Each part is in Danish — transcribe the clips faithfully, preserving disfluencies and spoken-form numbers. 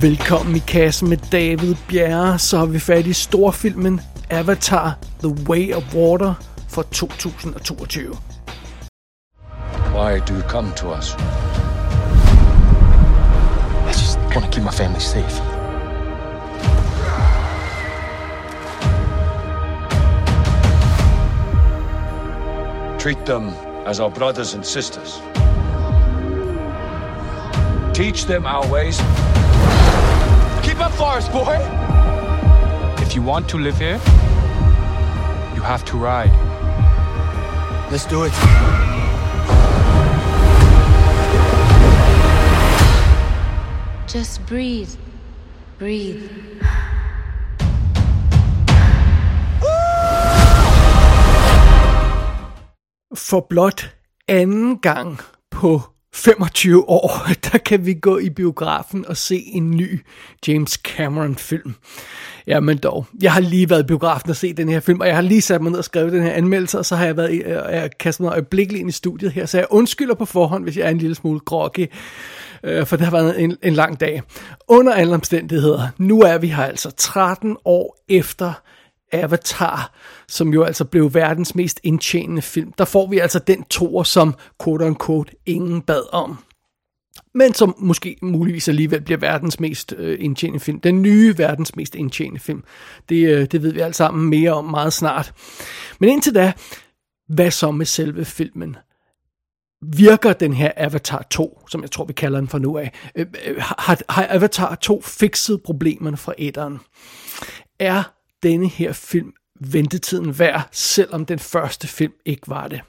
Velkommen i kassen med David Bjerre, så har vi fat i storfilmen Avatar: The Way of Water fra to tusind og toogtyve. Why do you come to us? I just want to keep my family safe. Treat them as our brothers and sisters. Teach them our ways. Keep up for us, boy! If you want to live here, you have to ride. Let's do it. Just breathe. Breathe. For blot anden gang på femogtyve år, der kan vi gå i biografen og se en ny James Cameron-film. Jamen dog, jeg har lige været i biografen og set den her film, og jeg har lige sat mig ned og skrevet den her anmeldelse, og så har jeg været jeg har kastet mig øjeblikkeligt ind i studiet her, så jeg undskylder på forhånd, hvis jeg er en lille smule groggy, for det har været en, en lang dag. Under alle omstændigheder, nu er vi her altså tretten år efter Avatar, som jo altså blev verdens mest indtjenende film. Der får vi altså den toer, som quote-unquote ingen bad om. Men som måske muligvis alligevel bliver verdens mest øh, indtjenende film. Den nye verdens mest indtjenende film. Det, øh, det ved vi alle sammen mere om meget snart. Men indtil da, hvad så med selve filmen? Virker den her Avatar to, som jeg tror vi kalder den fra nu af, øh, har, har Avatar to fikset problemerne fra etteren? Er denne her film ventetiden værd, selvom den første film ikke var det?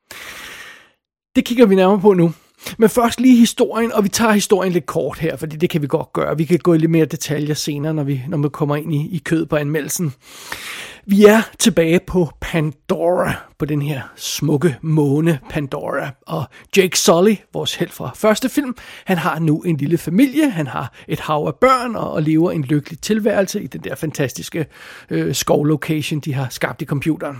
Det kigger vi nærmere på nu. Men først lige historien, og vi tager historien lidt kort her, fordi det kan vi godt gøre. Vi kan gå i lidt mere detaljer senere, når vi, når vi kommer ind i, i kødet på anmeldelsen. Vi er tilbage på Pandora, på den her smukke måne Pandora. Og Jake Sully, vores helt fra første film, han har nu en lille familie. Han har et hav af børn og, og lever en lykkelig tilværelse i den der fantastiske øh, skovlocation, de har skabt i computeren.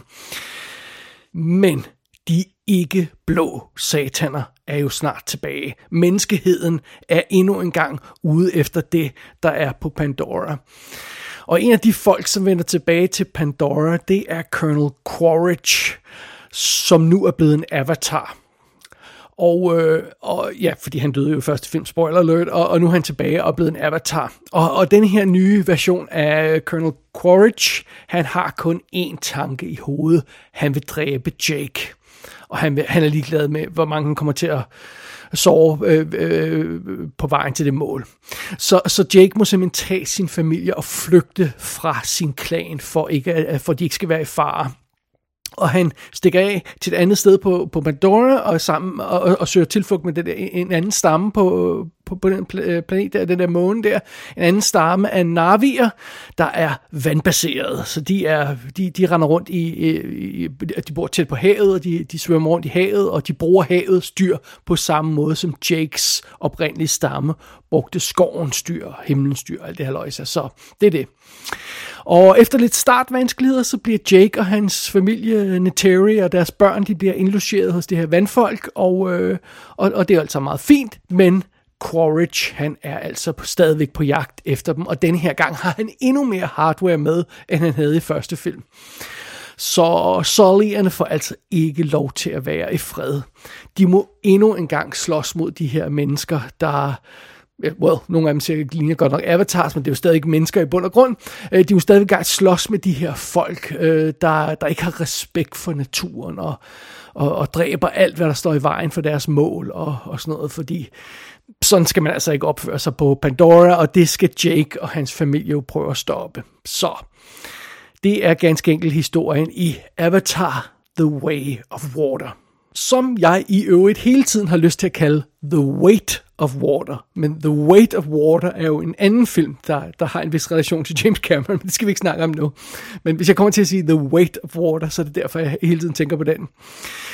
Men de ikke blå sataner er jo snart tilbage. Menneskeheden er endnu en gang ude efter det, der er på Pandora. Og en af de folk, som vender tilbage til Pandora, det er Colonel Quaritch, som nu er blevet en avatar. Og, øh, og ja, fordi han døde jo i første film, spoiler alert, og, og nu er han tilbage og er blevet en avatar. Og, og den her nye version af Colonel Quaritch, han har kun én tanke i hovedet. Han vil dræbe Jake. Og han, vil, han er ligeglad med, hvor mange han kommer til at sove øh, øh, på vejen til det mål. Så, så Jake må simpelthen tage sin familie og flygte fra sin klan, for, ikke, for de ikke skal være i fare. Og han stikker af til et andet sted på, på Pandora og, sammen, og, og, og søger tilflugt med den der, en anden stamme på, på, på den planet der, den der måne der. En anden stamme af Navier, der er vandbaseret. Så de, er, de, de render rundt i, i, de bor tæt på havet, og de, de svømmer rundt i havet, og de bruger havets dyr på samme måde som Jakes oprindelige stamme brugte skovens dyr, himlens dyr og alt det her løjse. Så det er det. Og efter lidt startvanskeligheder, så bliver Jake og hans familie, Neteri og deres børn, de bliver indlogeret hos det her vandfolk, og, øh, og, og det er altså meget fint, men Quaritch, han er altså stadigvæk på jagt efter dem, og denne her gang har han endnu mere hardware med, end han havde i første film. Så Sully'erne får altså ikke lov til at være i fred. De må endnu en gang slås mod de her mennesker, der... Well, nogle af dem ser ligner godt nok avatars, men det er jo stadig ikke mennesker i bund og grund. De er jo stadig i gang slås med de her folk, der, der ikke har respekt for naturen, og, og, og dræber alt, hvad der står i vejen for deres mål, og, og sådan noget, fordi sådan skal man altså ikke opføre sig på Pandora, og det skal Jake og hans familie jo prøve at stoppe. Så det er ganske enkelt historien i Avatar: The Way of Water, som jeg i øvrigt hele tiden har lyst til at kalde The Weight of Water. Men The Weight of Water er jo en anden film, der, der har en vis relation til James Cameron, men det skal vi ikke snakke om nu. Men hvis jeg kommer til at sige The Weight of Water, så er det derfor, jeg hele tiden tænker på den.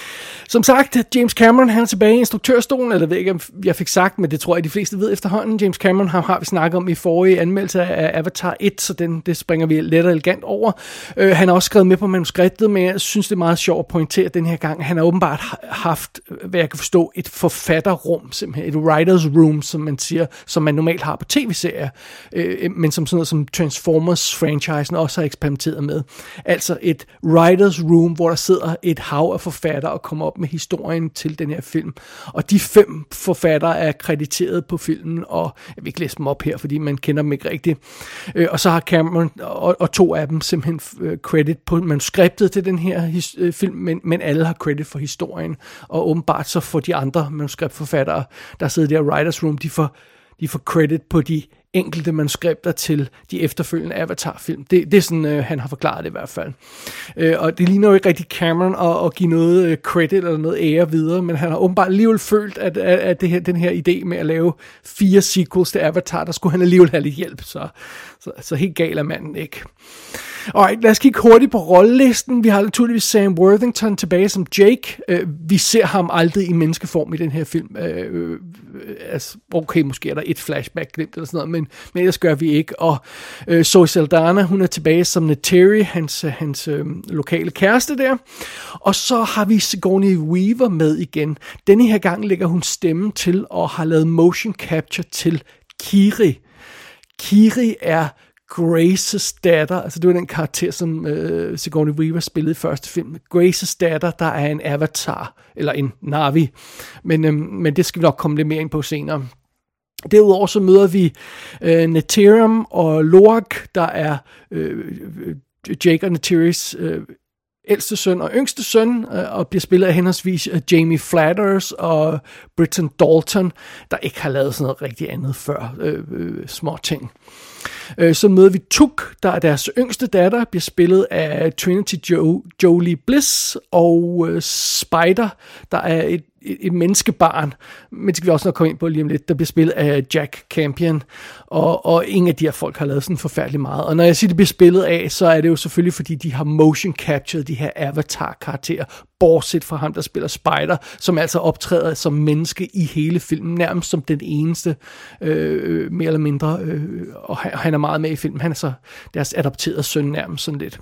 Som sagt, James Cameron, han er tilbage i instruktørstolen, eller ved ikke, om jeg fik sagt, men det tror jeg, de fleste ved efterhånden. James Cameron har, har vi snakket om i forrige anmeldelse af Avatar et, så den, det springer vi let og elegant over. Uh, han har også skrevet med på manuskriptet, men jeg synes, det er meget sjovt at pointere den her gang. Han har åbenbart haft, hvad jeg kan forstå, et forfatterrum, simpelthen et writer's room, som man siger, som man normalt har på tv-serier, uh, men som sådan noget som Transformers-franchisen også har eksperimenteret med. Altså et writer's room, hvor der sidder et hav af forfattere og kommer op med historien til den her film. Og de fem forfattere er krediteret på filmen, og jeg vil ikke læse dem op her, fordi man kender dem ikke rigtigt. Øh, og så har Cameron og, og to af dem simpelthen øh, credit på manuskriptet til den her his, øh, film, men, men alle har credit for historien. Og åbenbart så får de andre manuskriptforfattere, der sidder der i writer's room, de får, de får credit på de enkelte manuskripter til de efterfølgende Avatar-film. Det, det er sådan, øh, han har forklaret det i hvert fald. Øh, og det ligner jo ikke rigtig Cameron at, at give noget øh, credit eller noget ære videre, men han har åbenbart alligevel følt, at, at, at det her, den her idé med at lave fire sequels til Avatar, der skulle han alligevel have lidt hjælp, så, så, så helt gal er manden ikke. Alright, lad os kigge hurtigt på rollelisten. Vi har naturligvis Sam Worthington tilbage som Jake. Uh, vi ser ham aldrig i menneskeform i den her film. Uh, uh, altså, okay, måske er der et flashback glimt eller sådan noget, men, men ellers gør vi ikke. Og uh, Zoe Saldana, hun er tilbage som Neytiri, hans, hans uh, lokale kæreste der. Og så har vi Sigourney Weaver med igen. Denne her gang lægger hun stemme til og har lavet motion capture til Kiri. Kiri er Graces datter, altså det var den karakter, som øh, Sigourney Weaver spillede i første film. Graces datter, der er en avatar, eller en Na'vi, men, øh, men det skal vi nok komme lidt mere ind på senere. Derudover så møder vi øh, Neytiri og Loak, der er øh, Jake og Neytiris øh, ældste søn og yngste søn, øh, og bliver spillet af henholdsvis uh, Jamie Flatters og Britton Dalton, der ikke har lavet sådan noget rigtig andet før, øh, øh, små ting. Øh, så møder vi Tuk, der er deres yngste datter, bliver spillet af Trinity jo- Jolie Bliss, og øh, Spider, der er et, et, et menneskebarn, men det skal vi også nok komme ind på lige om lidt, der bliver spillet af Jack Campion, og, og ingen af de her folk har lavet sådan forfærdeligt meget. Og når jeg siger, det bliver spillet af, så er det jo selvfølgelig, fordi de har motion captured de her avatar-karakterer, bortset fra ham, der spiller Spider, som altså optræder som menneske i hele filmen, nærmest som den eneste, øh, mere eller mindre, øh, og han er meget med i filmen. Han er så deres adopterede søn nærmest sådan lidt.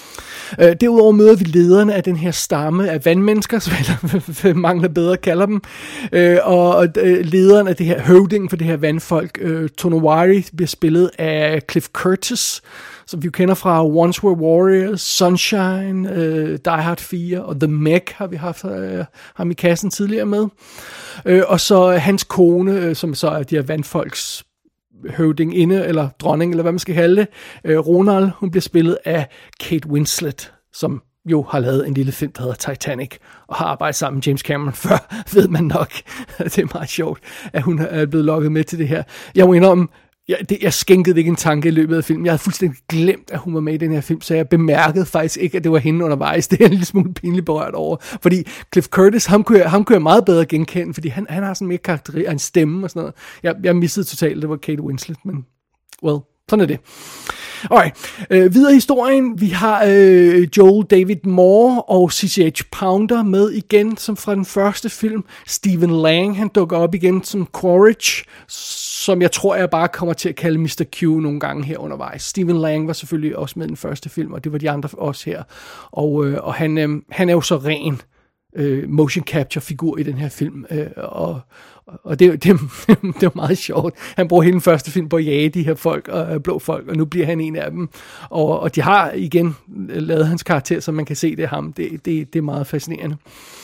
Øh, derudover møder vi lederne af den her stamme af vandmennesker, som jeg mangler bedre at kalde dem, øh, og, og lederen af det her høvding for det her vandfolk, øh, Tonowari, bliver spillet af Cliff Curtis, som vi jo kender fra Once Were Warriors, Sunshine, øh, Die Hard fire og The Meg har vi haft øh, ham i kassen tidligere med. Øh, og så hans kone, øh, som så er de her vandfolks høvdinginde, eller dronning, eller hvad man skal kalde det, øh, Ronald, hun bliver spillet af Kate Winslet, som jo har lavet en lille film, der hedder Titanic, og har arbejdet sammen med James Cameron før, ved man nok. Det er meget sjovt, at hun er blevet lokket med til det her. Jeg må indrømme, Jeg, det, jeg skænkede ikke en tanke i løbet af filmen. Jeg havde fuldstændig glemt, at hun var med i den her film, så jeg bemærkede faktisk ikke, at det var hende undervejs. Det er en lille smule pinligt berørt over. Fordi Cliff Curtis, ham kunne jeg, ham kunne jeg meget bedre genkende, fordi han, han har sådan mere karakter, en stemme og sådan noget. Jeg, jeg missede totalt, det var Kate Winslet, men well, sådan er det. Alright, øh, videre i historien, vi har øh, Joel David Moore og C C H Pounder med igen, som fra den første film. Stephen Lang, han dukker op igen som Quaritch, som jeg tror, jeg bare kommer til at kalde mister Q nogle gange her undervejs. Stephen Lang var selvfølgelig også med i den første film, og det var de andre også her. Og, øh, og han, øh, han er jo så ren øh, motion capture figur i den her film, øh, og Og det, det, det var meget sjovt. Han bruger hele den første film på at jage de her folk, og blå folk, og nu bliver han en af dem. Og, og de har igen lavet hans karakter, så man kan se, det er ham. Det, det, det er meget fascinerende.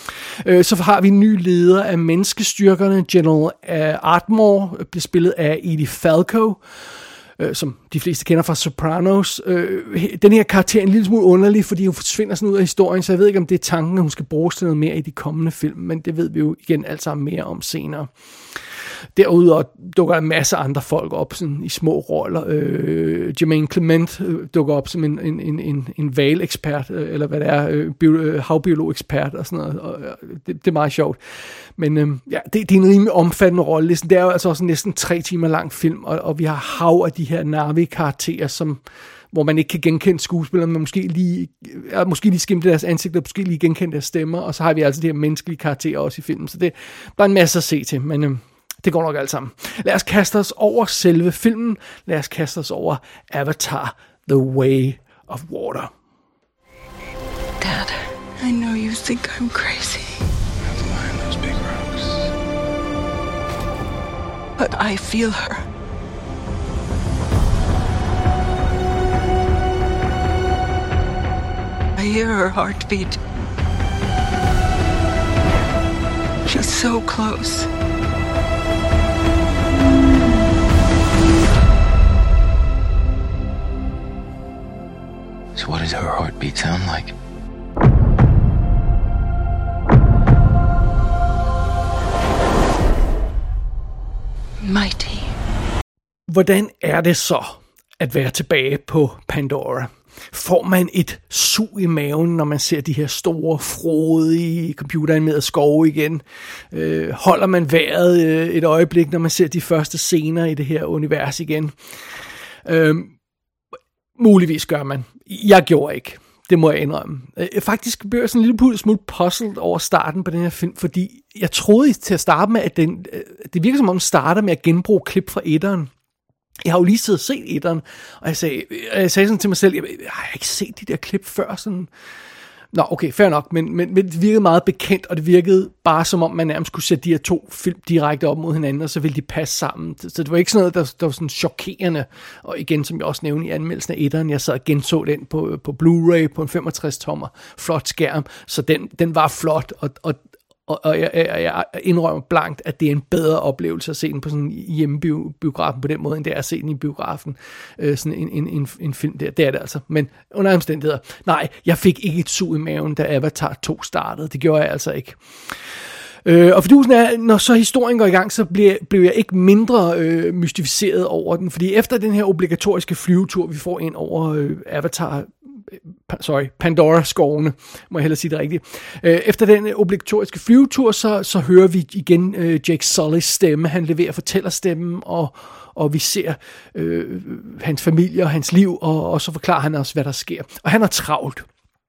Øh, så har vi en ny leder af menneskestyrkerne, General Ardmore, bliver spillet af Edie Falco, øh, som de fleste kender fra Sopranos. Øh, den her karakter er en lille smule underlig, fordi hun forsvinder sådan ud af historien, så jeg ved ikke, om det er tanken, at hun skal bruges til noget mere i de kommende film, men det ved vi jo igen alt sammen mere om senere. Derudover dukker der en masse andre folk op sådan, i små roller. Øh, Jermaine Clement øh, dukker op som en, en, en, en, en valekspert, øh, eller hvad det er, øh, bio, øh, havbiologekspert og sådan noget. Og, øh, det, det er meget sjovt. Men øh, ja, det, det er en rimelig omfattende rolle. Det er jo altså også næsten tre timer lang film, og, og vi har hav af de her Na'vi-karakterer, som hvor man ikke kan genkende skuespillerne, men måske lige, ja, måske lige skimte deres ansigter, måske lige genkende deres stemmer, og så har vi altså de her menneskelige karakterer også i filmen, så det er bare en masse at se til, men øh, det går nok alt sammen. Lad os kaste os over selve filmen, lad os kaste os over Avatar: The Way of Water. Dad, I know you think I'm crazy. Never mind those big rocks. But I feel her. I hear her heartbeat. She's so close. So what does her heartbeat sound like? Mighty. Hvordan er det så at være tilbage på Pandora? Får man et sug i maven, når man ser de her store, frodige computeranimerede skove igen? Øh, holder man vejret øh, et øjeblik, når man ser de første scener i det her univers igen? Øh, muligvis gør man. Jeg gjorde ikke. Det må jeg indrømme. Øh, faktisk blev jeg sådan en lille smule puzzled over starten på den her film, fordi jeg troede til at starte med, at den, øh, det virker som om den starter med at genbruge klip fra etteren. Jeg har jo lige siddet og set etteren, og jeg sagde, jeg sagde sådan til mig selv, jeg, jeg har ikke set de der klip før, sådan. Nå, okay, fair nok, men, men, men det virkede meget bekendt, og det virkede bare som om, man nærmest kunne sætte de her to film direkte op mod hinanden, og så ville de passe sammen. Så det var ikke sådan noget, der, der var sådan chokerende, og igen, som jeg også nævnte i anmeldelsen af etteren, jeg sad og genså den på, på Blu-ray på en femogtres tommer, flot skærm, så den, den var flot, og, og Og, og jeg, jeg, jeg indrømmer blankt, at det er en bedre oplevelse at se den på sådan en hjemmebiografen på den måde, end det er at se den i biografen. Øh, sådan en, en, en, en film der. Det er det altså. Men under omstændigheder, nej, jeg fik ikke et sug i maven, da Avatar to startede. Det gjorde jeg altså ikke. Øh, og fordusen er, når så historien går i gang, så blev, blev jeg ikke mindre øh, mystificeret over den, fordi efter den her obligatoriske flyvetur, vi får ind over øh, Avatar, sorry, Pandora-skovene, må jeg hellere sige det rigtigt. Efter den obligatoriske flyvetur, så, så hører vi igen øh, Jake Sully's stemme. Han leverer fortællerstemmen, og, og vi ser øh, hans familie og hans liv, og, og så forklarer han også, hvad der sker. Og han er travlt,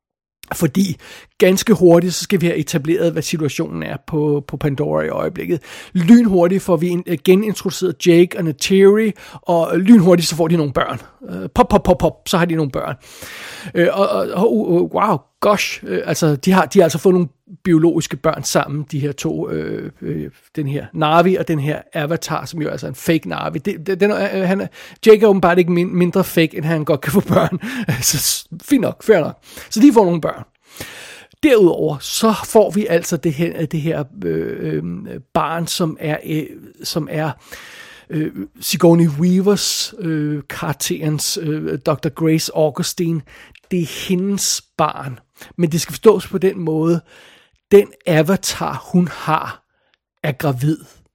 fordi ganske hurtigt, så skal vi have etableret, hvad situationen er på, på Pandora i øjeblikket. Lynhurtigt får vi genintroduceret Jake og Neytiri, og lynhurtigt så får de nogle børn. Pop, pop, pop, pop, så har de nogle børn. Og, og, og wow, gosh, altså de har, de har altså fået nogle biologiske børn sammen, de her to, øh, øh, den her Na'vi og den her Avatar, som jo er altså en fake Na'vi. Det, den, øh, han, Jake er åbenbart ikke mindre fake, end han godt kan få børn. Så fint nok, fair nok. Så de får nogle børn. Derudover så får vi altså det her, det her øh, øh, barn, som er, øh, som er øh, Sigourney Weavers øh, karakterens øh, doktor Grace Augustine. Det er hendes barn. Men det skal forstås på den måde, den avatar, hun har, er gravid.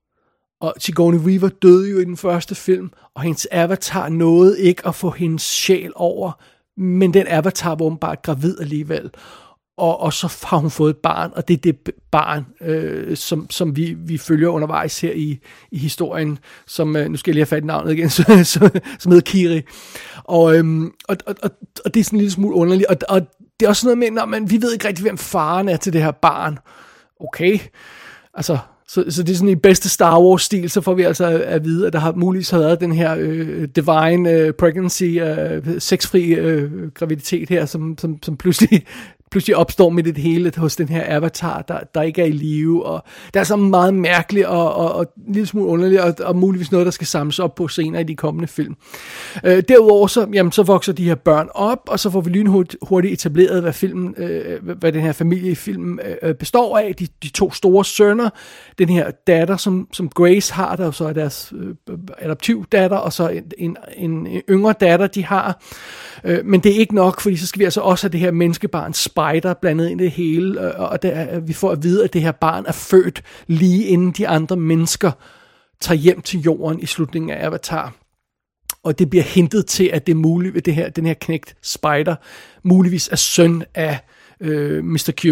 Og Sigourney Weaver døde jo i den første film, og hendes avatar nåede ikke at få hendes sjæl over, men den avatar var åbenbart gravid alligevel. Og, og så har hun fået et barn, og det er det barn, øh, som, som vi, vi følger undervejs her i, i historien, som, øh, nu skal jeg lige have fat i navnet igen, så, så, som hedder Kiri. Og, øhm, og, og, og, og det er sådan en lille smule underligt, og, og det er også noget med, når man, vi ved ikke rigtig, hvem faren er til det her barn. Okay, altså, så, så det er sådan i bedste Star Wars-stil, så får vi altså at vide, at der har muligvis har været den her øh, divine øh, pregnancy, øh, sexfri øh, graviditet her, som, som, som pludselig... pludselig opstår med det hele hos den her avatar, der, der ikke er i live, og det er så meget mærkeligt og, og, og en lille smule underligt, og, og muligvis noget, der skal samles op på senere i de kommende film. Øh, derudover så, jamen, så vokser de her børn op, og så får vi lynhurtigt etableret, hvad filmen, øh, hvad den her familie i filmen øh, består af. De, de to store sønner, den her datter, som, som Grace har, der så er deres øh, adoptivdatter, og så en, en, en yngre datter, de har. Øh, men det er ikke nok, fordi så skal vi altså også have det her menneskebarn Spider blandet ind i det hele, og der, vi får at vide, at det her barn er født lige inden de andre mennesker tager hjem til jorden i slutningen af Avatar. Og det bliver hintet til, at det er muligt, at det her, den her knægt Spider muligvis er søn af øh, mister Q.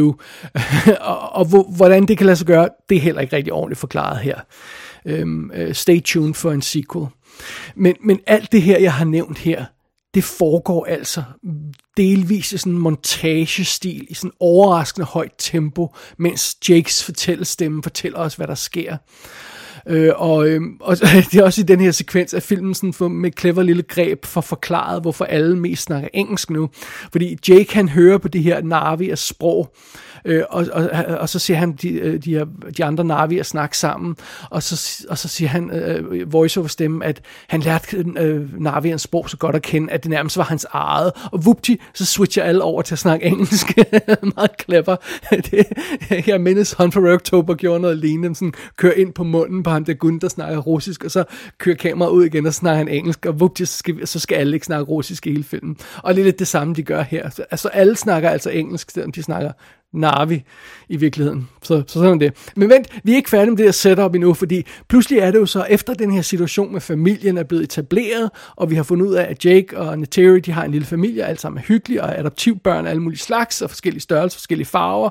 og og hvor, hvordan det kan lade sig gøre, det er heller ikke rigtig ordentligt forklaret her. Øhm, øh, stay tuned for en sequel. Men, men alt det her, jeg har nævnt her, det foregår altså delvis i sådan en montagestil, i sådan en overraskende højt tempo, mens Jakes fortællestemme fortæller os, hvad der sker. Øh, og, øh, og det er også i den her sekvens af filmen sådan for, med et clever lille greb for forklaret, hvorfor alle mest snakker engelsk nu. Fordi Jake han hører på det her Na'viers sprog, øh, og, og, og så siger han de, de, her, de andre Na'vier snakke sammen, og så, og så siger han øh, voiceover stemme, at han lærte øh, Na'vierens sprog så godt at kende, at det nærmest var hans eget. Og vupti, så switcher alle over til at snakke engelsk. Meget clever. Det, jeg mindes Hunt for Red October gjorde noget lignende, sådan kører ind på munden på ham der Gun, der snakker russisk, og så kører kameraet ud igen og snakker han engelsk, og vupti, så skal, så skal alle ikke snakke russisk i hele filmen. Og det er lidt det samme, de gør her. Altså alle snakker altså engelsk, selvom de snakker Na'vi i virkeligheden. Så, så sådan det. Men vent, vi er ikke færdige med det her setup endnu, fordi pludselig er det jo så, efter den her situation med familien er blevet etableret, og vi har fundet ud af, at Jake og Neytiri, de har en lille familie, alle sammen er hyggelige, og adoptivbørn af alle mulige slags, og forskellige størrelser, forskellige farver.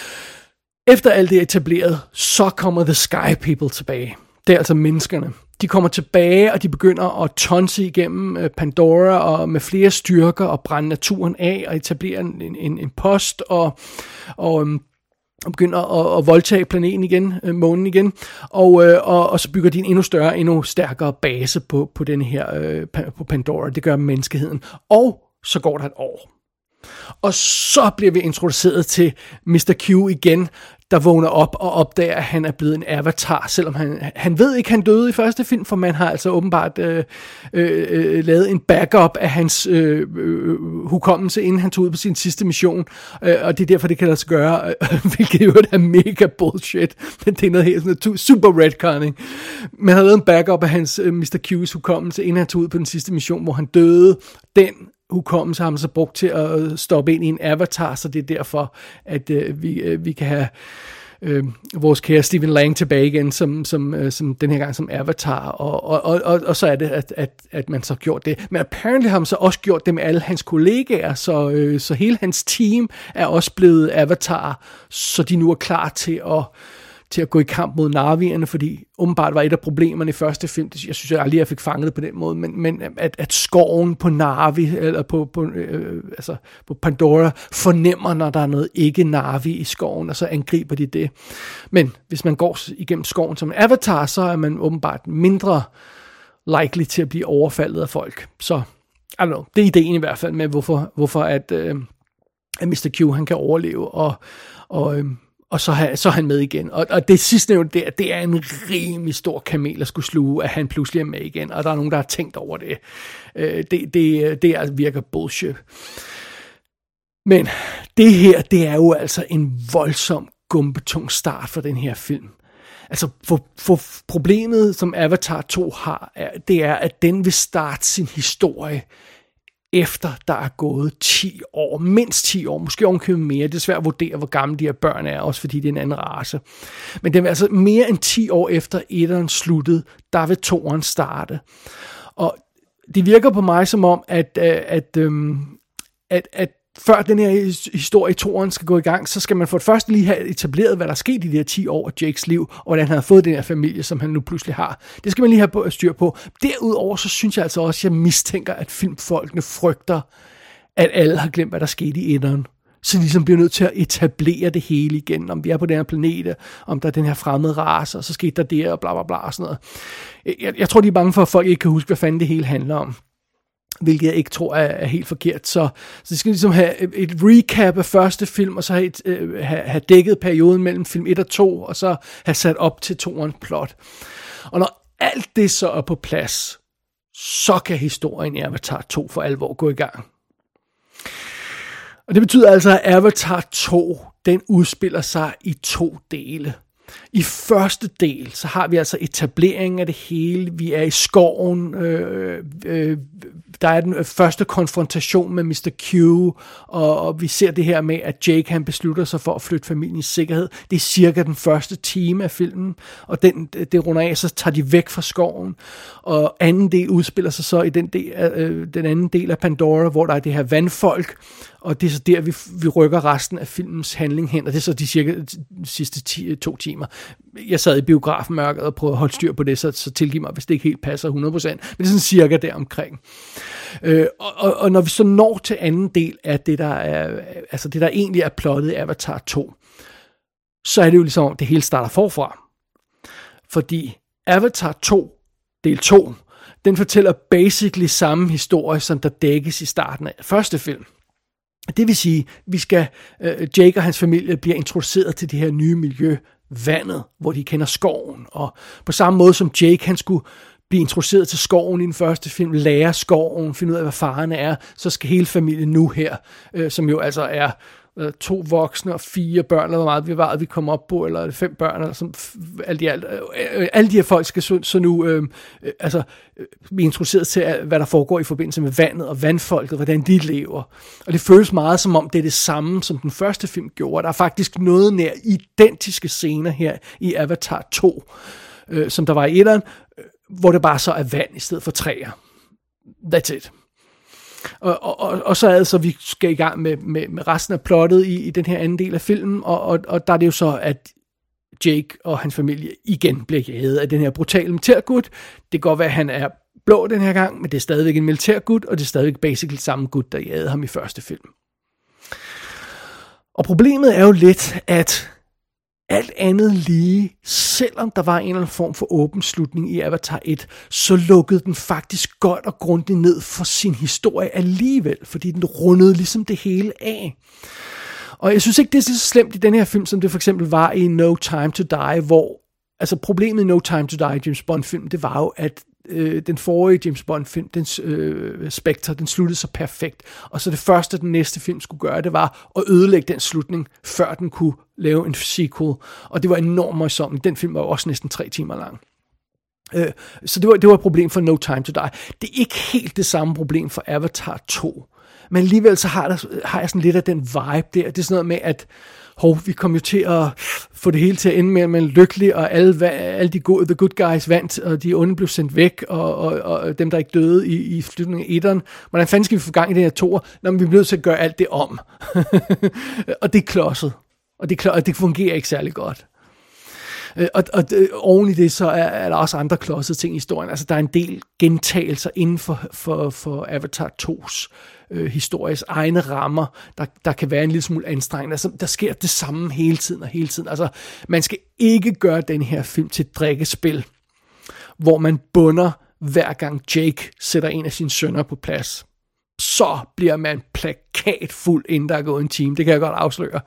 Efter alt det er etableret, så kommer The Sky People tilbage. Det er altså menneskerne. De kommer tilbage, og de begynder at tonse igennem Pandora og med flere styrker og brænde naturen af og etablere en, en, en post og, og, og begynder at, at voldtage planeten igen, månen igen. Og, og, og så bygger de en endnu større, endnu stærkere base på, på den her på Pandora. Det gør menneskeheden. Og så går der et år. Og så bliver vi introduceret til mister Q igen, der vågner op og opdager, at han er blevet en avatar, selvom han, han ved ikke, han døde i første film, for man har altså åbenbart øh, øh, lavet en backup af hans øh, øh, hukommelse, inden han tog ud på sin sidste mission, øh, og det er derfor, det kan lade sig gøre, øh, hvilket jo er mega bullshit, men det er noget helt sådan super retconning. Man har lavet en backup af hans øh, mister Q's hukommelse, inden han tog ud på den sidste mission, hvor han døde. Den hukommelse har man så brugt til at stoppe ind i en avatar, så det er derfor, at øh, vi, øh, vi kan have øh, vores kære Stephen Lang tilbage igen, som, som, øh, som den her gang som avatar, og, og, og, og, og så er det, at, at, at man så har gjort det. Men apparently har man så også gjort det med alle hans kollegaer, så, øh, så hele hans team er også blevet avatar, så de nu er klar til at til at gå i kamp mod Na'vierne, fordi åbenbart var et af problemerne i første film, jeg synes jeg aldrig, jeg fik fanget det på den måde, men, men at, at skoven på Na'vi, eller på, på, øh, altså på Pandora, fornemmer, når der er noget ikke Na'vi i skoven, og så angriber de det. Men hvis man går igennem skoven som en avatar, så er man åbenbart mindre likely til at blive overfaldet af folk. Så, I don't know, det er ideen i hvert fald med, hvorfor, hvorfor at, øh, at mister Q, han kan overleve, og, og øh, Og så, har, så er han med igen. Og, og det sidste nævnte, det, det er en rimelig stor kamel at skulle sluge, at han pludselig er med igen. Og der er nogen, der har tænkt over det. Øh, det, det, det er, virker bullshit. Men det her, det er jo altså en voldsom, gumbetung start for den her film. Altså, for, for problemet, som Avatar to har, er, det er, at den vil starte sin historie efter der er gået ti år, mindst ti år, måske ovenkøbet mere. Det er svært at vurdere, hvor gamle de her børn er, også fordi det er en anden race. Men det er altså mere end ti år efter etteren sluttede, der vil toeren starte. Og det virker på mig som om, at, at, at, at, at før den her historie i toeren skal gå i gang, så skal man for det første lige have etableret, hvad der er sket i de her ti år af Jakes liv, og hvordan han har fået den her familie, som han nu pludselig har. Det skal man lige have styr på. Derudover så synes jeg altså også, at jeg mistænker, at filmfolkene frygter, at alle har glemt, hvad der skete i etteren. Så de ligesom bliver nødt til at etablere det hele igen, om vi er på den her planet, om der er den her fremmede race, og så skete der det, og bla bla bla og sådan noget. Jeg, jeg tror, de er bange for, at folk ikke kan huske, hvad fanden det hele handler om. Hvilket jeg ikke tror er, er helt forkert. Så, så de skal ligesom have et recap af første film, og så have, et, øh, have, have dækket perioden mellem film et og to, og så have sat op til toerens plot. Og når alt det så er på plads, så kan historien i Avatar to for alvor gå i gang. Og det betyder altså, at Avatar to, den udspiller sig i to dele. I første del, så har vi altså etablering af det hele. Vi er i skoven. Øh, øh, der er den første konfrontation med mister Q, og, og vi ser det her med, at Jake han beslutter sig for at flytte familien i sikkerhed. Det er cirka den første time af filmen, og den, det runder af, så tager de væk fra skoven. Og anden del udspiller sig så i den, del, øh, den anden del af Pandora, hvor der er det her vandfolk, og det er så der, vi, vi rykker resten af filmens handling hen, og det er så de cirka de sidste ti, to timer. Jeg sad i biografmørket og prøvede at holde styr på det, så, så tilgiv mig, hvis det ikke helt passer hundrede procent, men det er sådan cirka der omkring. Øh, og, og, og når vi så når til anden del af det, der er, altså det, der egentlig er plottet i Avatar to, så er det jo ligesom, det hele starter forfra. Fordi Avatar to, del to, den fortæller basically samme historie, som der dækkes i starten af første film. Det vil sige, vi skal, øh, Jake og hans familie bliver introduceret til det her nye miljø, vandet, hvor de kender skoven. Og på samme måde som Jake, han skulle blive introduceret til skoven i den første film, lære skoven, finde ud af, hvad farerne er, så skal hele familien nu her, øh, som jo altså er øh, to voksne og fire børn, eller hvor meget vi var, vi kommer op på, eller fem børn, eller som, alt i alt. Øh, øh, alle de her folk skal så, så nu øh, øh, altså, øh, blive introduceret til, hvad der foregår i forbindelse med vandet og vandfolket, hvordan de lever. Og det føles meget som om, det er det samme, som den første film gjorde. Der er faktisk noget nær identiske scener her i Avatar to, øh, som der var i etteren, øh, hvor det bare så er vand i stedet for træer. That's it. Og, og, og, og så er det så, vi skal i gang med, med, med resten af plottet i, i den her anden del af filmen, og, og, og der er det jo så, at Jake og hans familie igen bliver jaget af den her brutale militærgut. Det kan godt være, at han er blå den her gang, men det er stadigvæk en militærgut, og det er stadigvæk basically samme gut, der jagede ham i første film. Og problemet er jo lidt, at alt andet lige, selvom der var en eller anden form for åben slutning i Avatar et, så lukkede den faktisk godt og grundigt ned for sin historie alligevel, fordi den rundede ligesom det hele af. Og jeg synes ikke, det er så slemt i den her film, som det for eksempel var i No Time to Die, hvor, altså problemet i No Time to Die, James Bond-film, det var jo, at øh, den forrige James Bond-film, den øh, Spectre, den sluttede så perfekt. Og så det første, den næste film skulle gøre, det var at ødelægge den slutning, før den kunne lave en sequel. Og det var enormt møjsomt. Den film var jo også næsten tre timer lang. Øh, så det var, det var et problem for No Time to Die. Det er ikke helt det samme problem for Avatar to. Men alligevel så har, der, har jeg sådan lidt af den vibe der. Det er sådan noget med, at hov, vi kom jo til at få det hele til at ende med, at man er lykkelig, og alle, alle de gode, the good guys vandt, og de onde blev sendt væk, og, og, og dem, der ikke døde i, i slutningen af etteren. Hvordan fanden skal vi få gang i den her toer? Når vi bliver nødt til at gøre alt det om. Og det er klodset. Og det, og det fungerer ikke særlig godt. Og, og oven i det, så er, er der også andre klodsede ting i historien. Altså, der er en del gentagelser inden for, for, for Avatar to's øh, histories egne rammer, der, der kan være en lille smule anstrengende. Altså, der sker det samme hele tiden og hele tiden. Altså, man skal ikke gøre den her film til et drikkespil, hvor man bunder hver gang Jake sætter en af sine sønner på plads. Så bliver man plakatfuld, inden der er gået en time. Det kan jeg godt afsløre.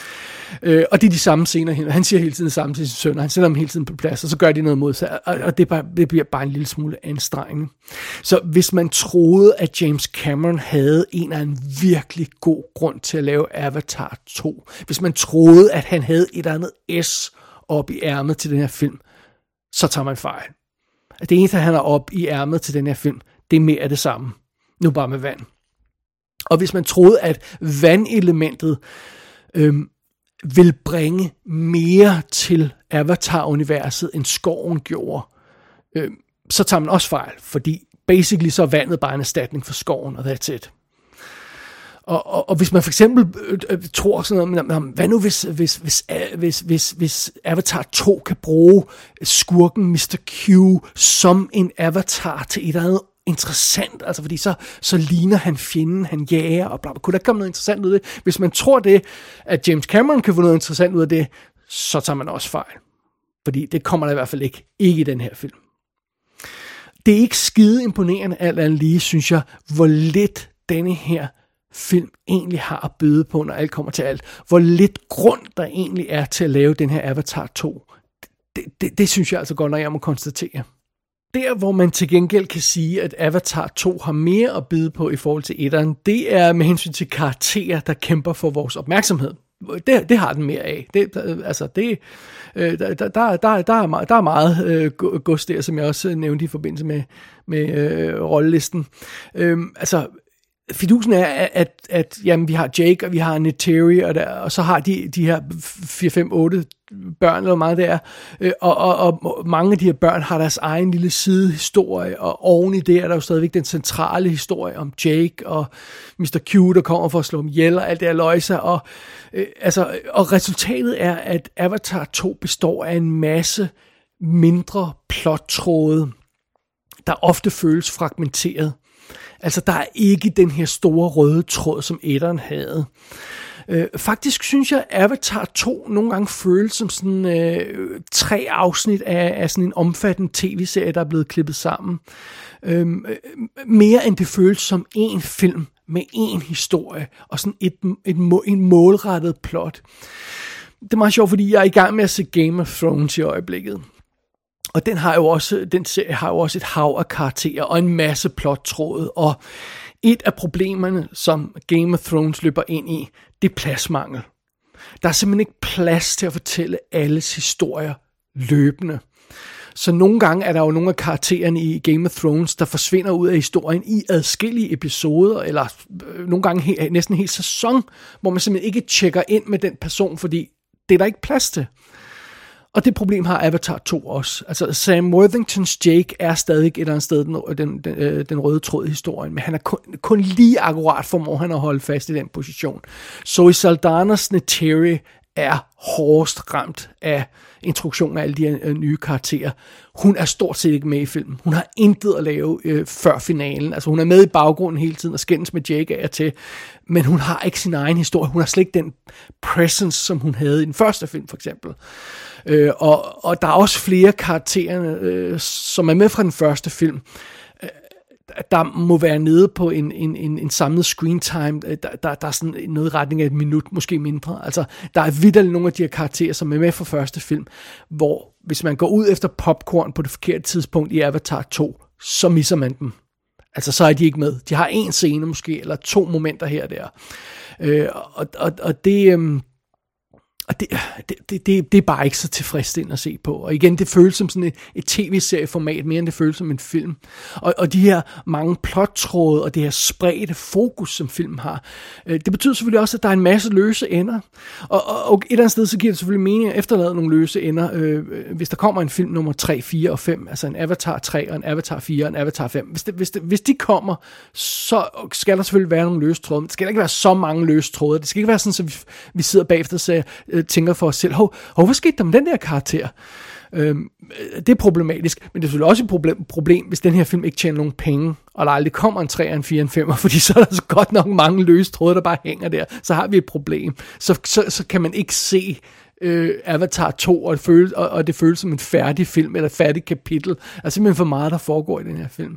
Øh, og det er de samme scener. Han siger hele tiden det samme til sin søn, og han sætter dem hele tiden på plads, og så gør de noget mod sig, og, og det, bare, det bliver bare en lille smule anstrengende. Så hvis man troede, at James Cameron havde en af en virkelig god grund til at lave Avatar to, hvis man troede, at han havde et eller andet S op i ærmet til den her film, så tager man fejl. Det eneste, han har op i ærmet til den her film, det er mere af det samme. Nu bare med vand. Og hvis man troede, at vandelementet øhm, vil bringe mere til Avatar-universet, end skoven gjorde, øh, så tager man også fejl, fordi basically så er vandet bare en erstatning for skoven, og that's it. Og, og, og hvis man for eksempel øh, øh, tror sådan noget, hvad nu hvis, hvis, hvis, øh, hvis, hvis, hvis Avatar to kan bruge skurken mister Q som en avatar til et eller andet interessant, altså fordi så, så ligner han fjenden, han jager, og bla, bla. Kunne der komme noget interessant ud af det? Hvis man tror det, at James Cameron kan få noget interessant ud af det, så tager man også fejl. Fordi det kommer der i hvert fald ikke, ikke i den her film. Det er ikke skide imponerende, alt andet lige, synes jeg, hvor lidt denne her film egentlig har at byde på, når alt kommer til alt. Hvor lidt grund der egentlig er til at lave den her Avatar to. Det, det, det synes jeg altså godt, når jeg må konstatere. Der, hvor man til gengæld kan sige, at Avatar to har mere at byde på i forhold til etteren, det er med hensyn til karakterer, der kæmper for vores opmærksomhed. det, det har den mere af. Det, altså, det, øh, der, der, der, der, der, er meget, der er meget øh, gods der, som jeg også nævnte i forbindelse med, med øh, rollelisten. Øhm, altså, fidusen er, at, at, at jamen, vi har Jake, og vi har Neytiri, og, der, og så har de de her fire, fem, otte børn, eller hvor meget det er, øh, og, og, og mange af de her børn har deres egen lille sidehistorie, og oven i det er der jo stadigvæk den centrale historie om Jake og mister Q, der kommer for at slå dem ihjel, og alt det her løjser, og, øh, altså, og resultatet er, at Avatar to består af en masse mindre plottråde, der ofte føles fragmenteret. Altså, der er ikke den her store røde tråd, som etteren havde. Øh, faktisk synes jeg, at Avatar to nogle gange føles som sådan øh, tre afsnit af, af sådan en omfattende tv-serie, der er blevet klippet sammen. Øh, mere end det føles som én film med én historie og sådan et, et, en målrettet plot. Det er meget sjovt, fordi jeg er i gang med at se Game of Thrones i øjeblikket. Og den har jo også, den serie har jo også et hav af karakterer og en masse plottråde, og et af problemerne, som Game of Thrones løber ind i, det er pladsmangel. Der er simpelthen ikke plads til at fortælle alles historier løbende. Så nogle gange er der jo nogle af karaktererne i Game of Thrones, der forsvinder ud af historien i adskillige episoder, eller øh, nogle gange he, næsten en hel sæson, hvor man simpelthen ikke tjekker ind med den person, fordi det er der ikke plads til. Og det problem har Avatar to også. Altså Sam Worthingtons Jake er stadig et eller andet sted den, den, den, den røde tråd i historien, men han er kun, kun lige akkurat formår han at holde fast i den position. Zoe Saldanas Neytiri er hårdest ramt af introduktionen af alle de her nye karakterer. Hun er stort set ikke med i filmen. Hun har intet at lave øh, før finalen. Altså hun er med i baggrunden hele tiden og skændes med Jake af og til, men hun har ikke sin egen historie. Hun har slet ikke den presence, som hun havde i den første film for eksempel. Øh, og, og der er også flere karakterer, øh, som er med fra den første film, øh, der må være nede på en, en, en, en samlet screen time, der, der, der er sådan noget i retning af et minut, måske mindre. Altså, der er vitterligt nogle af de her karakterer, som er med fra første film, hvor hvis man går ud efter popcorn på det forkerte tidspunkt i Avatar to, så misser man dem. Altså, så er de ikke med. De har en scene måske, eller to momenter her og der. Øh, og, og, og det... Øh, Og det, det, det, det er bare ikke så tilfredsstillende at se på. Og igen, det føles som sådan et, et tv-serieformat, mere end det føles som en film. Og, og de her mange plottråde og det her spredte fokus, som filmen har, øh, det betyder selvfølgelig også, at der er en masse løse ender. Og, og, og et eller andet sted, så giver det selvfølgelig mening at efterlade nogle løse ender, øh, hvis der kommer en film nummer tre, fire og fem, altså en Avatar tre og en Avatar fire og en Avatar fem. Hvis, det, hvis, det, hvis de kommer, så skal der selvfølgelig være nogle løse tråde. Det skal ikke være så mange løse tråde. Det skal ikke være sådan, at vi, vi sidder bagefter og siger, tænker for os selv, hov, hov, hvad skete der med den der karakter? Øhm, det er problematisk, men det er selvfølgelig også et problem, problem, hvis den her film ikke tjener nogen penge, og der aldrig kommer en tre, en fire, en femmer, fordi så er der så godt nok mange løse tråde, der bare hænger der, så har vi et problem. Så, så, så kan man ikke se øh, Avatar to, og det, føles, og, og det føles som en færdig film, eller et færdigt kapitel. Der er simpelthen for meget, der foregår i den her film.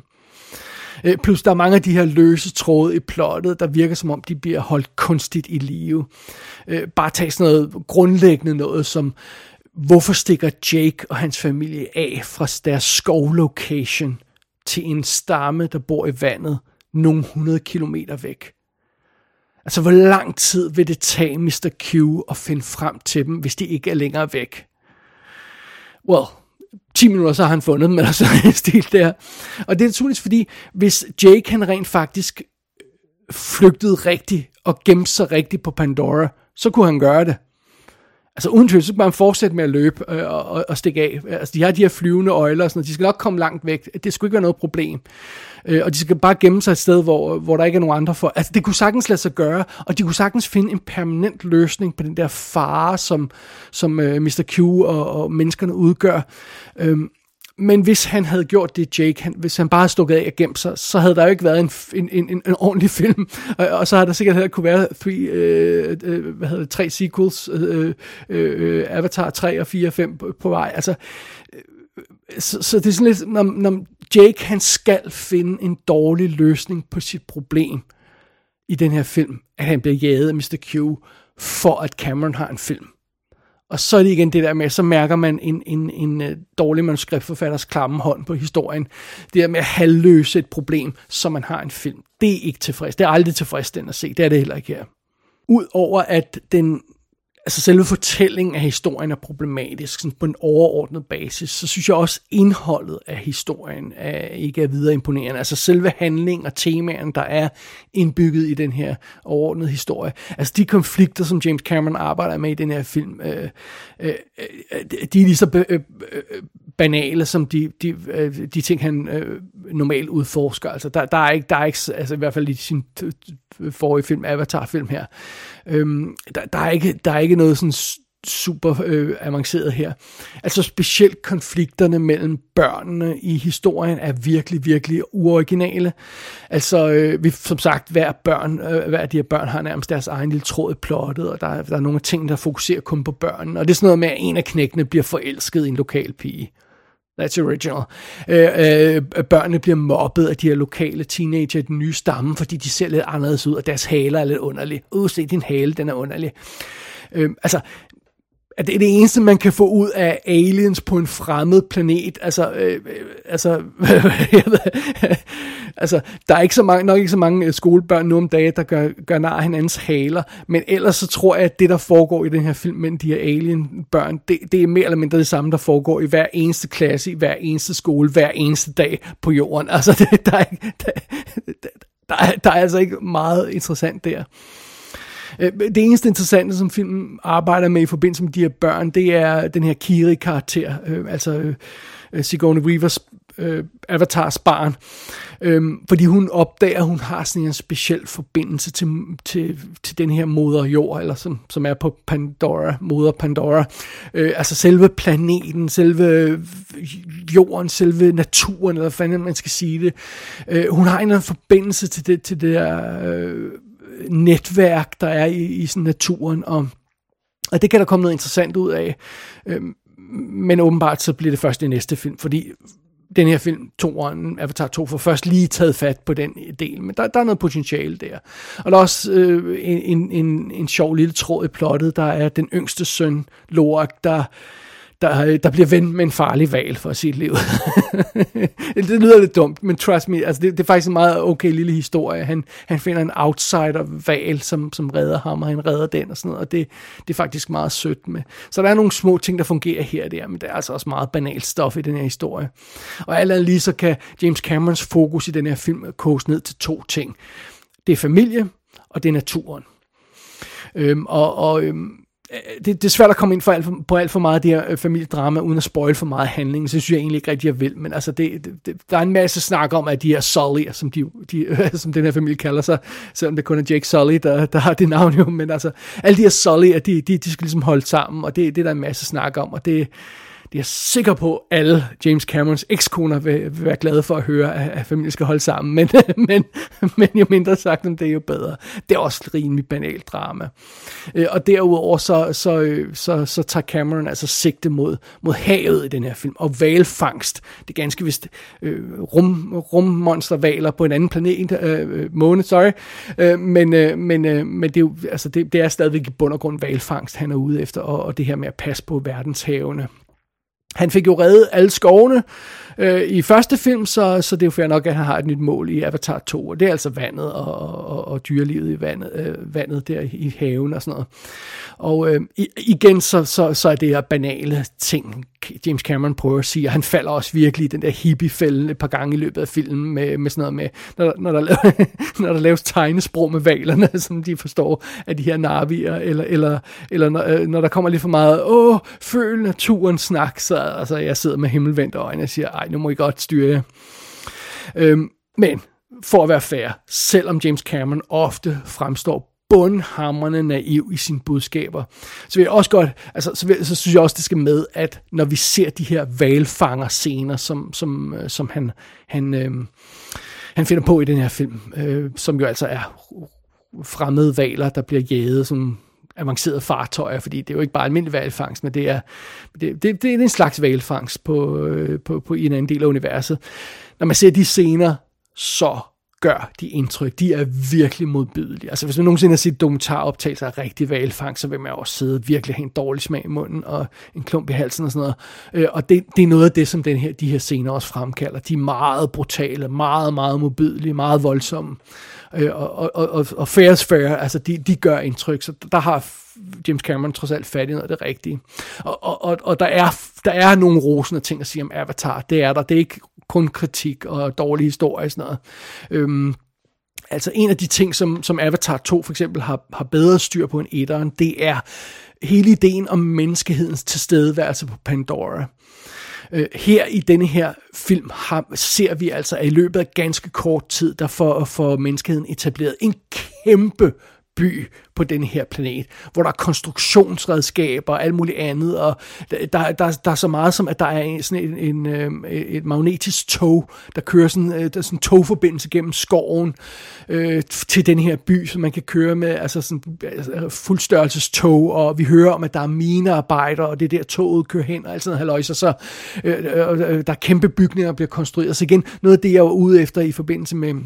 Plus der er mange af de her løse tråde i plottet, der virker som om de bliver holdt kunstigt i live. Bare tag sådan noget grundlæggende noget som, hvorfor stikker Jake og hans familie af fra deres skovlocation til en stamme, der bor i vandet nogle hundrede kilometer væk? Altså hvor lang tid vil det tage mister Q at finde frem til dem, hvis de ikke er længere væk? Well, ti minutter, så har han fundet dem, eller sådan en stil der. Og det er naturligvis, fordi hvis Jake han rent faktisk flygtede rigtigt, og gemte sig rigtigt på Pandora, så kunne han gøre det. Altså uden tvivl, så kan man fortsætte med at løbe øh, og, og stikke af. Altså de har de her flyvende øjler og sådan noget, de skal nok komme langt væk. Det skulle ikke være noget problem. Øh, og de skal bare gemme sig et sted, hvor, hvor der ikke er nogen andre for. Altså det kunne sagtens lade sig gøre, og de kunne sagtens finde en permanent løsning på den der fare, som, som øh, mister Q og, og menneskerne udgør. Øh, Men hvis han havde gjort det, Jake, han, hvis han bare havde stukket af og gemt sig, så havde der jo ikke været en, en, en, en ordentlig film. Og, og så havde der sikkert heller kunne være three, øh, øh, hvad hedder det, tre sequels, øh, øh, Avatar tre og fire og fem på, på vej. Altså, øh, så, så det er sådan lidt, når, når Jake han skal finde en dårlig løsning på sit problem i den her film, at han bliver jaget af mister Q, for at Cameron har en film. Og så er det igen det der med, så mærker man en, en, en, en dårlig manuskriptforfatters klamme hånd på historien. Det der med at halvløse et problem, så man har en film. Det er ikke tilfreds. Det er aldrig tilfredsstillende at se. Det er det heller ikke her. Udover at den altså selve fortællingen af historien er problematisk, sådan på en overordnet basis, så synes jeg også indholdet af historien er, ikke er videre imponerende. Altså selve handling og temaerne, der er indbygget i den her overordnede historie. Altså de konflikter, som James Cameron arbejder med i den her film, øh, øh, de er lige så øh, øh, banale som de, de, øh, de ting, han øh, normalt udforsker. Altså der, der er ikke, der er ikke, altså i hvert fald i sin forrige film, Avatar-film her, øhm, der, der, er ikke, der er ikke noget sådan super øh, avanceret her. Altså specielt konflikterne mellem børnene i historien er virkelig, virkelig uoriginale. Altså øh, vi, som sagt, hver, børn, øh, hver af de her børn har nærmest deres egen lille tråd i plottet, og der, er, der er nogle ting, der fokuserer kun på børnene, og det er sådan noget med, at en af knækkene bliver forelsket i en lokal pige. That's original. Øh, øh, børnene bliver mobbet af de her lokale teenager i den nye stamme, fordi de ser lidt anderledes ud, og deres haler er lidt underlig. Uh, se din hale, den er underlig. Øh, altså, at det er det eneste, man kan få ud af aliens på en fremmed planet. Altså, øh, altså, jeg ved, altså, der er ikke så mange, nok ikke så mange skolebørn nu om dagen, der gør, gør nar af hinandens haler, men ellers så tror jeg, at det, der foregår i den her film med de her alien-børn, det, det er mere eller mindre det samme, der foregår i hver eneste klasse, i hver eneste skole, hver eneste dag på jorden. Altså, det, der, er, der, der, er, der er altså ikke meget interessant der. Det eneste interessante, som filmen arbejder med i forbindelse med de her børn, det er den her Kiri-karakter, øh, altså øh, Sigourney Weavers øh, Avatars barn, øh, fordi hun opdager, at hun har sådan en speciel forbindelse til, til, til den her moder jord, eller som, som er på Pandora, moder Pandora, øh, altså selve planeten, selve jorden, selve naturen, eller hvad fanden man skal sige det. Øh, hun har en eller anden forbindelse til det, til det der øh, netværk, der er i, i sådan naturen, og, og det kan der komme noget interessant ud af, øhm, men åbenbart så bliver det først i næste film, fordi den her film, toeren, Avatar to, får først lige taget fat på den del, men der, der er noget potentiale der. Og der er også øh, en, en, en sjov lille tråd i plottet, der er den yngste søn, Lorak, der Der, der bliver ven med en farlig hval for sit liv. Det lyder lidt dumt, men trust me, altså det, det er faktisk en meget okay lille historie. Han, han finder en outsider-hval, som, som redder ham, og han redder den og sådan noget, og det, det er faktisk meget sødt med. Så der er nogle små ting, der fungerer her og der, men der er altså også meget banalt stof i den her historie. Og alt andet lige, så kan James Camerons fokus i den her film koges ned til to ting. Det er familie, og det er naturen. Øhm, og og øhm, Det, det er svært at komme ind for alt for, på alt for meget af det her familiedrama, uden at spoil for meget handling, så synes jeg egentlig ikke rigtig, jeg vil. Men altså, det, det, der er en masse snak om, at de her Sully, som, de, de, som den her familie kalder sig, selvom det kun er Jake Sully, der, der har det navn jo, men altså, alle de her Sully, de, de, de skal ligesom holde sammen, og det, det er der en masse snak om, og det jeg er sikker på, at alle James Camerons ekskoner vil, vil være glade for at høre, at, at familien skal holde sammen. Men, men, men jo mindre sagt om det, jo bedre. Det er også et rimelig banalt drama. Og derudover så, så, så, så tager Cameron altså sigte mod, mod havet i den her film. Og hvalfangst. Det er ganske vist øh, rum, rummonsterhvaler på en anden planet. Øh, måne, sorry. Øh, men øh, men, øh, men det, er jo, altså det, det er stadigvæk i bund og grund hvalfangst, han er ude efter. Og, og det her med at passe på verdenshavene. Han fik jo reddet alle skovene øh, i første film, så, så det er jo fair nok, at han har et nyt mål i Avatar to, og det er altså vandet og, og, og dyrelivet i vandet, øh, vandet der i haven og sådan noget. Og øh, igen, så, så, så er det her banale ting, James Cameron prøver at sige, og han falder også virkelig i den der hippie-fælden et par gange i løbet af filmen, med, med sådan noget med, når, når, der, når der laves tegnesprog med hvalerne, som de forstår af de her narvier, eller, eller, eller når, når der kommer lidt for meget, åh, føl naturen snak, så altså, jeg sidder med himmelvendte øjne og siger, ej, nu må I godt styre jer. Øhm, men, for at være fair, selvom James Cameron ofte fremstår bundhamrende naiv i sine budskaber, så vil jeg også godt, altså, så, vil, så synes jeg også, det skal med, at når vi ser de her hvalfanger scener, som, som, som han, han, øh, han finder på i den her film, øh, som jo altså er fremmede hvaler, der bliver jaget som avancerede fartøjer, fordi det er jo ikke bare almindelig hvalfangst, men det er, det, det, det er en slags hvalfangst på, på, på en anden del af universet. Når man ser de scener, så gør de indtryk. De er virkelig modbydelige. Altså hvis man nogensinde har set dokumentaroptagelser af rigtig hvalfangst, så vil man også sidde virkelig have en dårlig smag i munden og en klump i halsen og sådan noget. Og det, det er noget af det, som den her, de her scener også fremkalder. De er meget brutale, meget, meget modbydelige, meget voldsomme. Øh, og, og, og, og fair is fair, altså de, de gør indtryk, så der har James Cameron trods alt fat i noget af det rigtige. Og, og, og, og der, er, der er nogle rosende ting at sige om Avatar, det er der, det er ikke kun kritik og dårlig historie og sådan noget. Øhm, altså en af de ting, som, som Avatar to for eksempel har, har bedre styr på end etteren, det er hele ideen om menneskehedens tilstedeværelse på Pandora. Uh, her i denne her film har, ser vi altså, at i løbet af ganske kort tid, der får, får menneskeheden etableret en kæmpe by på den her planet, hvor der er konstruktionsredskaber og alt muligt andet, og der, der, der, der er så meget som, at der er en, sådan en, en, et magnetisk tog, der kører sådan, der er sådan en togforbindelse gennem skoven øh, til den her by, som man kan køre med, altså sådan altså fuldstørrelses tog, og vi hører om, at der er minearbejdere, og det der toget kører hen, og alt sådan noget halløjse, så øh, øh, der er kæmpe bygninger, der bliver konstrueret. Så igen, noget af det, jeg var ude efter i forbindelse med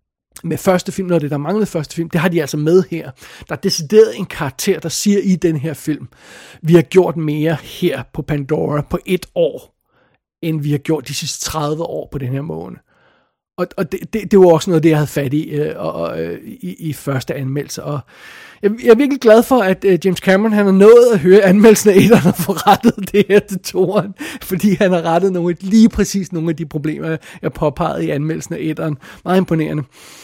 med første film, når det der manglede første film, det har de altså med her. Der er decideret en karakter, der siger i den her film, vi har gjort mere her på Pandora på et år, end vi har gjort de sidste tredive år på den her måne. Og, og det, det, det var også noget, det jeg havde fat i, øh, og, øh, i, i første anmeldelse. Og jeg, jeg er virkelig glad for, at øh, James Cameron han har nået at høre anmeldelsen af etteren og få rettet det her til toeren, fordi han har rettet nogle, lige præcis nogle af de problemer, jeg påpegede i anmeldelsen af etteren. Meget imponerende.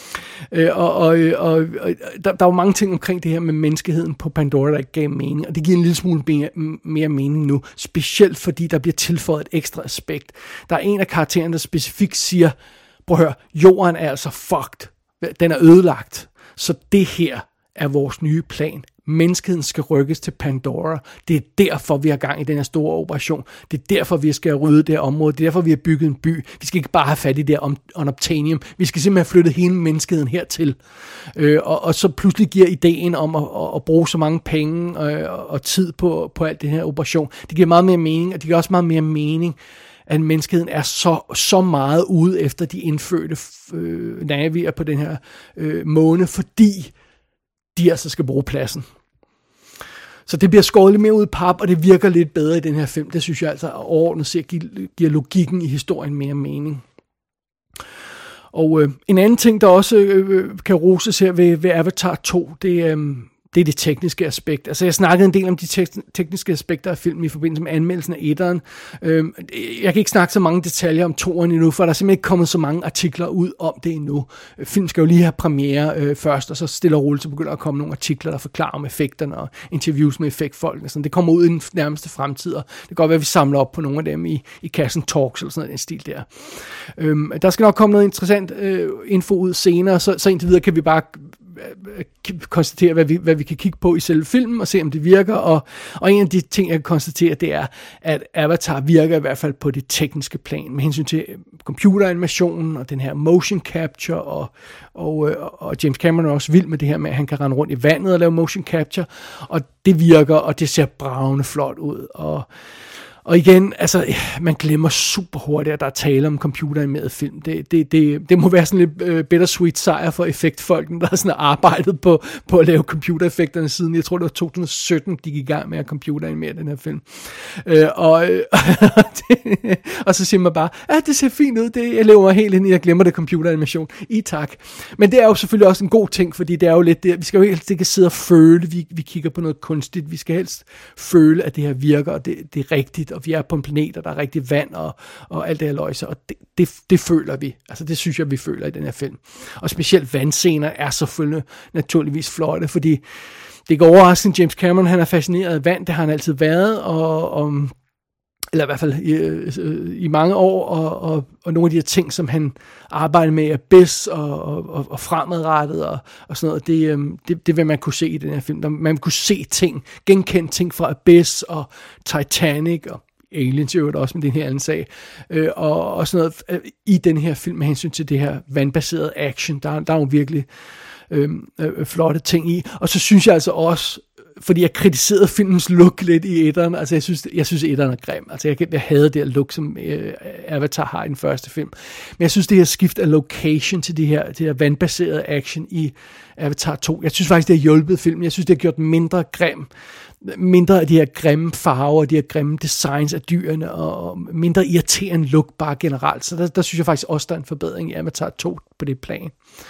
Øh, og og, og, og der, der var mange ting omkring det her med menneskeheden på Pandora, der ikke gav mening, og det giver en lille smule mere, mere mening nu, specielt fordi der bliver tilføjet et ekstra aspekt. Der er en af karaktererne, der specifikt siger, prøv at høre, jorden er altså fucked, den er ødelagt, så det her er vores nye plan. Menneskeheden skal rykkes til Pandora. Det er derfor, vi har gang i den her store operation. Det er derfor, vi skal rydde det her område. Det er derfor, vi har bygget en by. Vi skal ikke bare have fat i det her unobtainium. Vi skal simpelthen have flyttet hele menneskeheden hertil. Øh, og, og så pludselig giver ideen om at, at, at bruge så mange penge og, og tid på, på alt den her operation. Det giver meget mere mening, og det giver også meget mere mening, at menneskeheden er så, så meget ude efter de indfødte øh, navier på den her øh, måne, fordi de altså skal bruge pladsen. Så det bliver skåret lidt mere ud i pap, og det virker lidt bedre i den her film. Det synes jeg altså overordnet set giver logikken i historien mere mening. Og øh, en anden ting, der også øh, kan roses her ved, ved Avatar to, det, øh, det er det tekniske aspekt. Altså jeg snakkede en del om de tek- tekniske aspekter af filmen i forbindelse med anmeldelsen af etteren. Øh, jeg kan ikke snakke så mange detaljer om toeren endnu, for der er simpelthen ikke kommet så mange artikler ud om det endnu. Filmen skal jo lige have premiere øh, først, og så stille og roligt, så begynder der at komme nogle artikler, der forklarer om effekterne og interviews med effektfolk. Og sådan. Det kommer ud i den nærmeste fremtid, og det kan godt være, at vi samler op på nogle af dem i, i Kassen Talks eller sådan noget, den stil der. Øh, der skal nok komme noget interessant øh, info ud senere, så, så indtil videre kan vi bare konstatere, hvad vi, hvad vi kan kigge på i selve filmen, og se, om det virker, og, og en af de ting, jeg kan konstatere, det er, at Avatar virker i hvert fald på det tekniske plan, med hensyn til computeranimationen, og den her motion capture, og, og, og James Cameron er også vild med det her med, at han kan rende rundt i vandet og lave motion capture, og det virker, og det ser bravende flot ud, og Og igen, altså, man glemmer super hurtigt, at der er tale om computeranimeret film. Det, det, det, det må være sådan lidt uh, bittersweet sejr for effektfolkene, der har sådan arbejdet på, på at lave computereffekterne siden, jeg tror det var to tusind og sytten, de gik i gang med at computeranimere den her film. Uh, og, det, og så siger man bare, ja, det ser fint ud, det, jeg lever mig helt ind i, jeg glemmer det computeranimation. I tak. Men det er jo selvfølgelig også en god ting, fordi det er jo lidt det, vi skal jo helst ikke sidde og føle, vi, vi kigger på noget kunstigt, vi skal helst føle, at det her virker, og det, det er rigtigt, og vi er på en planet, og der er rigtig vand og, og alt det her løjse, og det, det, det føler vi. Altså det synes jeg, vi føler i den her film. Og specielt vandscener er selvfølgelig naturligvis flotte, fordi det går overraskende, James Cameron, han er fascineret af vand, det har han altid været, og, og eller i hvert fald i, i mange år, og, og, og nogle af de her ting, som han arbejder med, Abyss og, og, og fremadrettet og, og sådan noget, det, det, det vil man kunne se i den her film. Man vil kunne se ting, genkende ting fra Abyss og Titanic og Aliens i øvrigt også med den her anden sag, øh, og, og sådan noget øh, i den her film med hensyn til det her vandbaserede action. Der, der er jo virkelig øh, øh, flotte ting i. Og så synes jeg altså også, fordi jeg kritiserede filmens look lidt i etteren, altså jeg synes, jeg synes etteren er grim. Altså jeg, jeg havde det her look, som øh, Avatar har i den første film. Men jeg synes, det her skift af location til det her, det her vandbaserede action i Avatar to, jeg synes faktisk, det har hjulpet filmen. Jeg synes, det har gjort den mindre grim. Mindre af de her grimme farver, de her grimme designs af dyrene, og mindre irriterende look bare generelt. Så der, der synes jeg faktisk også, der er en forbedring i Avatar to på det plan.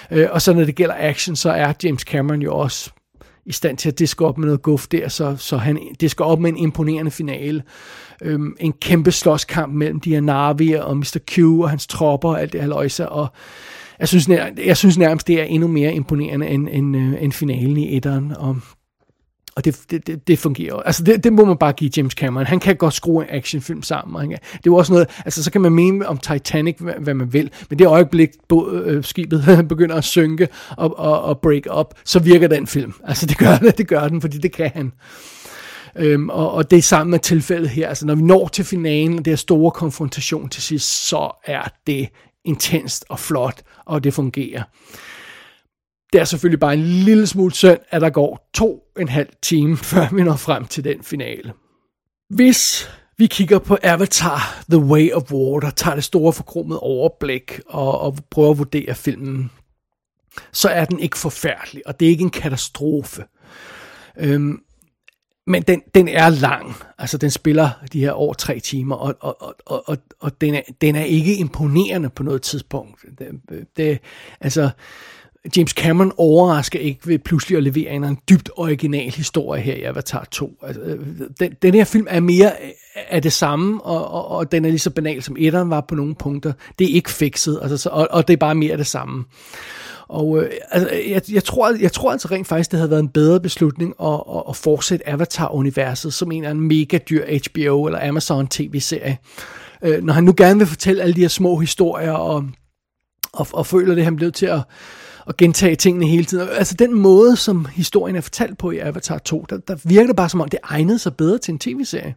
Øh, og så når det gælder action, så er James Cameron jo også i stand til at diske op med noget guf der, så, så han disker op med en imponerende finale. Øhm, en kæmpe slåskamp mellem de her Na'vi og mister Q og hans tropper og alt det haløjse, og jeg synes, jeg synes nærmest, det er endnu mere imponerende end, end, end finalen i etteren, og, og det, det, det fungerer. Altså det, det må man bare give James Cameron. Han kan godt skrue en actionfilm sammen. Og han kan, det er jo også noget, altså så kan man mene om Titanic, hvad, hvad man vil, men det øjeblik, både, øh, skibet begynder at synke og, og, og break up, så virker den film. Altså det gør det, det gør den, fordi det kan han. Øhm, og, og det er sammen med tilfældet her. Altså når vi når til finalen, og det er store konfrontation til sidst, så er det intenst og flot, og det fungerer. Det er selvfølgelig bare en lille smule synd, at der går to og en halv time, før vi når frem til den finale. Hvis vi kigger på Avatar The Way of Water, tager det store forkromede overblik og, og prøver at vurdere filmen, så er den ikke forfærdelig, og det er ikke en katastrofe. Øhm, Men den, den er lang, altså den spiller de her over tre timer, og, og, og, og, og den, er, den er ikke imponerende på noget tidspunkt. Det, det, altså, James Cameron overrasker ikke ved pludselig at levere en, en dybt original historie her i Avatar to. Altså, den, den her film er mere af det samme, og, og, og den er lige så banal som etteren var på nogle punkter. Det er ikke fikset, altså, og, og det er bare mere af det samme. Og øh, altså, jeg, jeg, tror, jeg tror altså rent faktisk, det havde været en bedre beslutning at, at, at fortsætte Avatar-universet som en eller anden mega dyr H B O eller Amazon tv-serie. Øh, når han nu gerne vil fortælle alle de her små historier, og, og, og føler det, han bliver til at, at gentage tingene hele tiden. Altså den måde, som historien er fortalt på i Avatar to, der, der virker det bare som om, det egnede sig bedre til en tv-serie.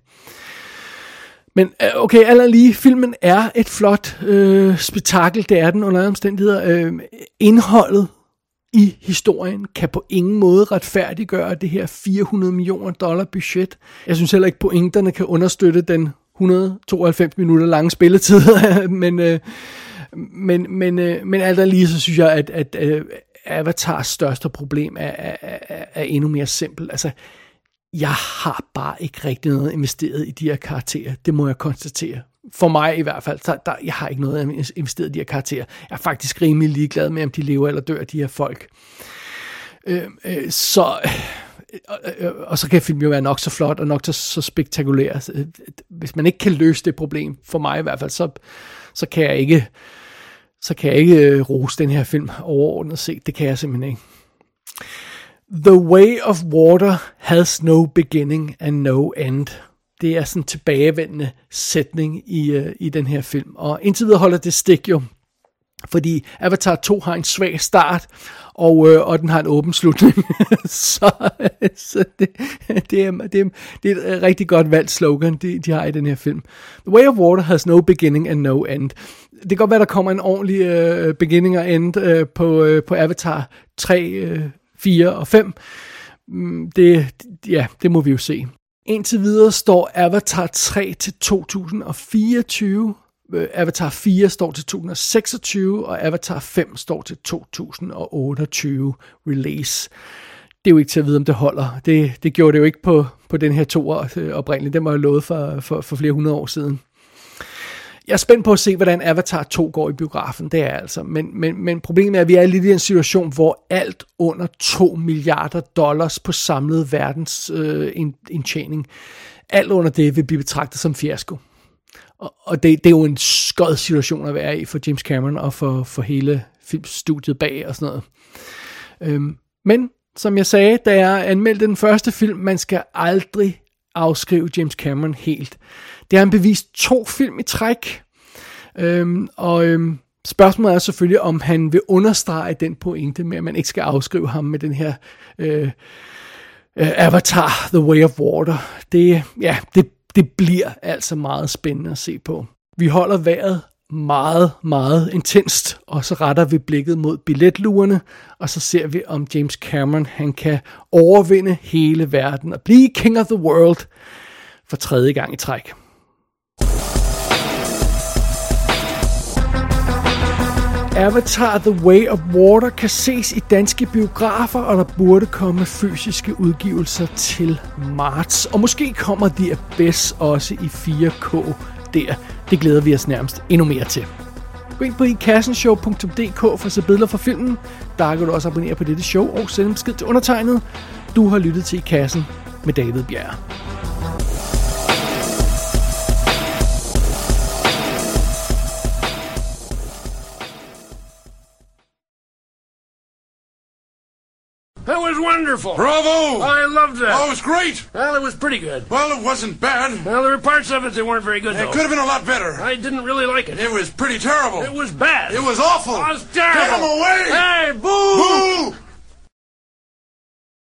Men okay, allerede lige, filmen er et flot øh, spektakel, det er den under omstændigheder. Øh, indholdet i historien kan på ingen måde retfærdiggøre det her fire hundrede millioner dollar budget. Jeg synes heller ikke, pointerne kan understøtte den et hundrede og tooghalvfems minutter lange spilletid, men, øh, men, men, øh, men alt lige, så synes jeg, at, at øh, Avatars største problem er, er, er, er endnu mere simpelt. Altså, jeg har bare ikke rigtig noget investeret i de her karakterer. Det må jeg konstatere. For mig i hvert fald. Så der, jeg har ikke noget investeret i de her karakterer. Jeg er faktisk rimelig ligeglad med, om de lever eller dør, de her folk. Øh, øh, så... Øh, og så kan filmen jo være nok så flot og nok så, så spektakulær. Hvis man ikke kan løse det problem, for mig i hvert fald, så, så kan jeg ikke... Så kan jeg ikke rose den her film overordnet set. Det kan jeg simpelthen ikke. The Way of Water has no beginning and no end. Det er sådan en tilbagevendende sætning i, uh, i den her film. Og indtil videre holder det stik jo. Fordi Avatar to har en svag start, og, uh, og den har en åben slutning. så så det, det, er, det, er, det er et rigtig godt valgt slogan, de, de har i den her film. The Way of Water has no beginning and no end. Det kan godt være, der kommer en ordentlig uh, beginning og end uh, på, uh, på Avatar tre, uh, fire og fem. Det, ja, det må vi jo se. Indtil videre står Avatar tre til to tusind og fireogtyve, Avatar fire står til to tusind og seksogtyve, og Avatar fem står til to tusind og otteogtyve release. Det er jo ikke til at vide, om det holder. Det, det gjorde det jo ikke på, på den her to år oprindeligt. Den var jo lovet for, for, for flere hundrede år siden. Jeg er spændt på at se, hvordan Avatar to går i biografen, det er altså. Men, men, men problemet er, at vi er lidt i en situation, hvor alt under to milliarder dollars på samlet verdens øh, indtjening, alt under det vil blive betragtet som fiasko. Og, og det, det er jo en skød situation at være i for James Cameron og for, for hele filmstudiet bag og sådan noget. Øhm, men som jeg sagde, da jeg anmeldte den første film, man skal aldrig afskrive James Cameron helt. Det har han bevist to film i træk, øhm, og øhm, spørgsmålet er selvfølgelig, om han vil understrege den pointe med, at man ikke skal afskrive ham med den her øh, øh, Avatar, The Way of Water. Det, ja, det, det bliver altså meget spændende at se på. Vi holder vejret meget, meget intenst, og så retter vi blikket mod billetlugerne, og så ser vi, om James Cameron han kan overvinde hele verden og blive king of the world for tredje gang i træk. Avatar The Way of Water kan ses i danske biografer, og der burde komme fysiske udgivelser til marts. Og måske kommer The Abyss også i fire K der. Det glæder vi os nærmest endnu mere til. Gå ind på i kassen show punktum d k for at se billeder fra filmen. Der kan du også abonnere på dette show og sende en besked til undertegnet. Du har lyttet til I Kassen med David Bjerg. That was wonderful. Bravo! I loved that. Oh, it was great. Well, it was pretty good. Well, it wasn't bad. Well, there were parts of it that weren't very good, though. It could have been a lot better. I didn't really like it. It was pretty terrible. It was bad. It was awful. It was terrible. Get him away! Hey, boo! Boo!